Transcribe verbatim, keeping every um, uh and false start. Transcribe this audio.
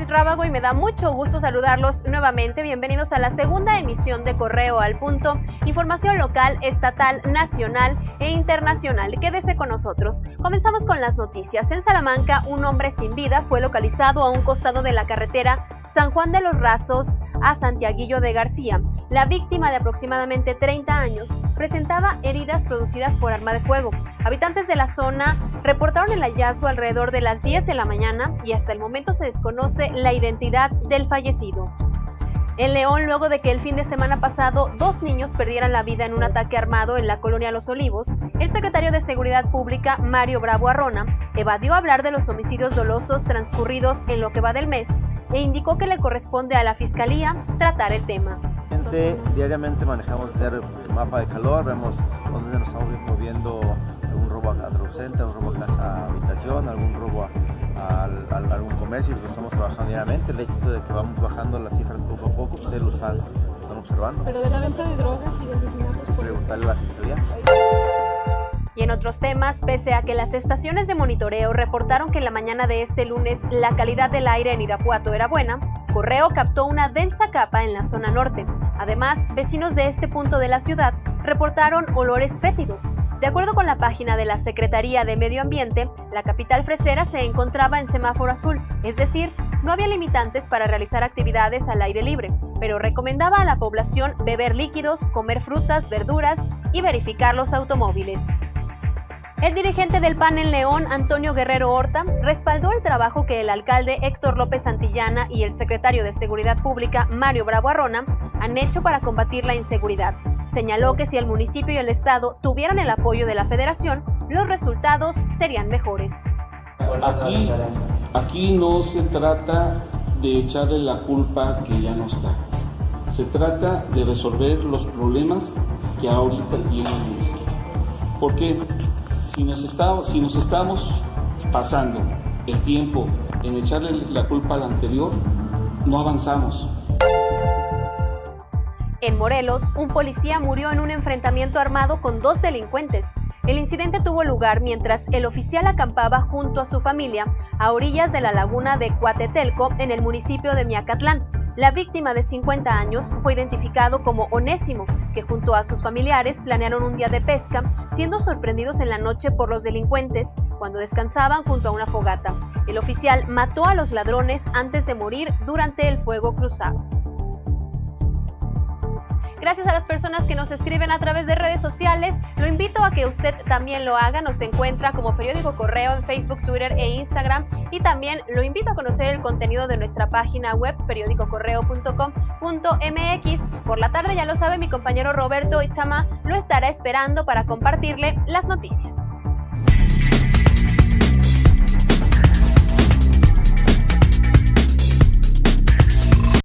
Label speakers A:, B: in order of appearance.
A: Rábago y me da mucho gusto saludarlos nuevamente. Bienvenidos a la segunda emisión de Correo al Punto, información local, estatal, nacional e internacional. Quédese con nosotros. Comenzamos con las noticias. En Salamanca, un hombre sin vida fue localizado a un costado de la carretera San Juan de los Rasos a Santiaguillo de García. La víctima, de aproximadamente treinta años, presentaba heridas producidas por arma de fuego. Habitantes de la zona reportaron el hallazgo alrededor de las diez de la mañana y hasta el momento se desconoce la identidad del fallecido. En León, luego de que el fin de semana pasado dos niños perdieran la vida en un ataque armado en la colonia Los Olivos, el secretario de Seguridad Pública, Mario Bravo Arrona, evadió hablar de los homicidios dolosos transcurridos en lo que va del mes e indicó que le corresponde a la Fiscalía tratar el tema.
B: Diariamente manejamos el mapa de calor, vemos dónde nos estamos moviendo, algún robo a Trocenta, un robo a casa habitación, algún robo a, a, a, a algún comercio, y lo estamos trabajando diariamente. El hecho de que vamos bajando las cifras poco a poco, ustedes lo están, están observando.
C: Pero de la venta de drogas y de asesinatos, por
B: preguntarle a la Fiscalía.
A: Y en otros temas, pese a que las estaciones de monitoreo reportaron que en la mañana de este lunes la calidad del aire en Irapuato era buena, Correo captó una densa capa en la zona norte. Además, vecinos de este punto de la ciudad reportaron olores fétidos. De acuerdo con la página de la Secretaría de Medio Ambiente, la capital fresera se encontraba en semáforo azul, es decir, no había limitantes para realizar actividades al aire libre, pero recomendaba a la población beber líquidos, comer frutas, verduras y verificar los automóviles. El dirigente del P A N en León, Antonio Guerrero Horta, respaldó el trabajo que el alcalde Héctor López Santillana y el secretario de Seguridad Pública, Mario Bravo Arrona, han hecho para combatir la inseguridad. Señaló que si el municipio y el estado tuvieran el apoyo de la federación, los resultados serían mejores.
D: Aquí, aquí no se trata de echarle la culpa que ya no está. Se trata de resolver los problemas que ahorita tiene el municipio. ¿Por qué? Si nos, está, si nos estamos pasando el tiempo en echarle la culpa al anterior, no avanzamos.
A: En Morelos, un policía murió en un enfrentamiento armado con dos delincuentes. El incidente tuvo lugar mientras el oficial acampaba junto a su familia a orillas de la laguna de Cuatetelco en el municipio de Miacatlán. La víctima, de cincuenta años, fue identificado como Onésimo, que junto a sus familiares planearon un día de pesca, siendo sorprendidos en la noche por los delincuentes cuando descansaban junto a una fogata. El oficial mató a los ladrones antes de morir durante el fuego cruzado. Gracias a las personas que nos escriben a través de redes sociales, lo invito a que usted también lo haga. Nos encuentra como Periódico Correo en Facebook, Twitter e Instagram, y también lo invito a conocer el contenido de nuestra página web periódico correo punto com punto m x. Por la tarde, ya lo sabe, mi compañero Roberto Itzama lo estará esperando para compartirle las noticias.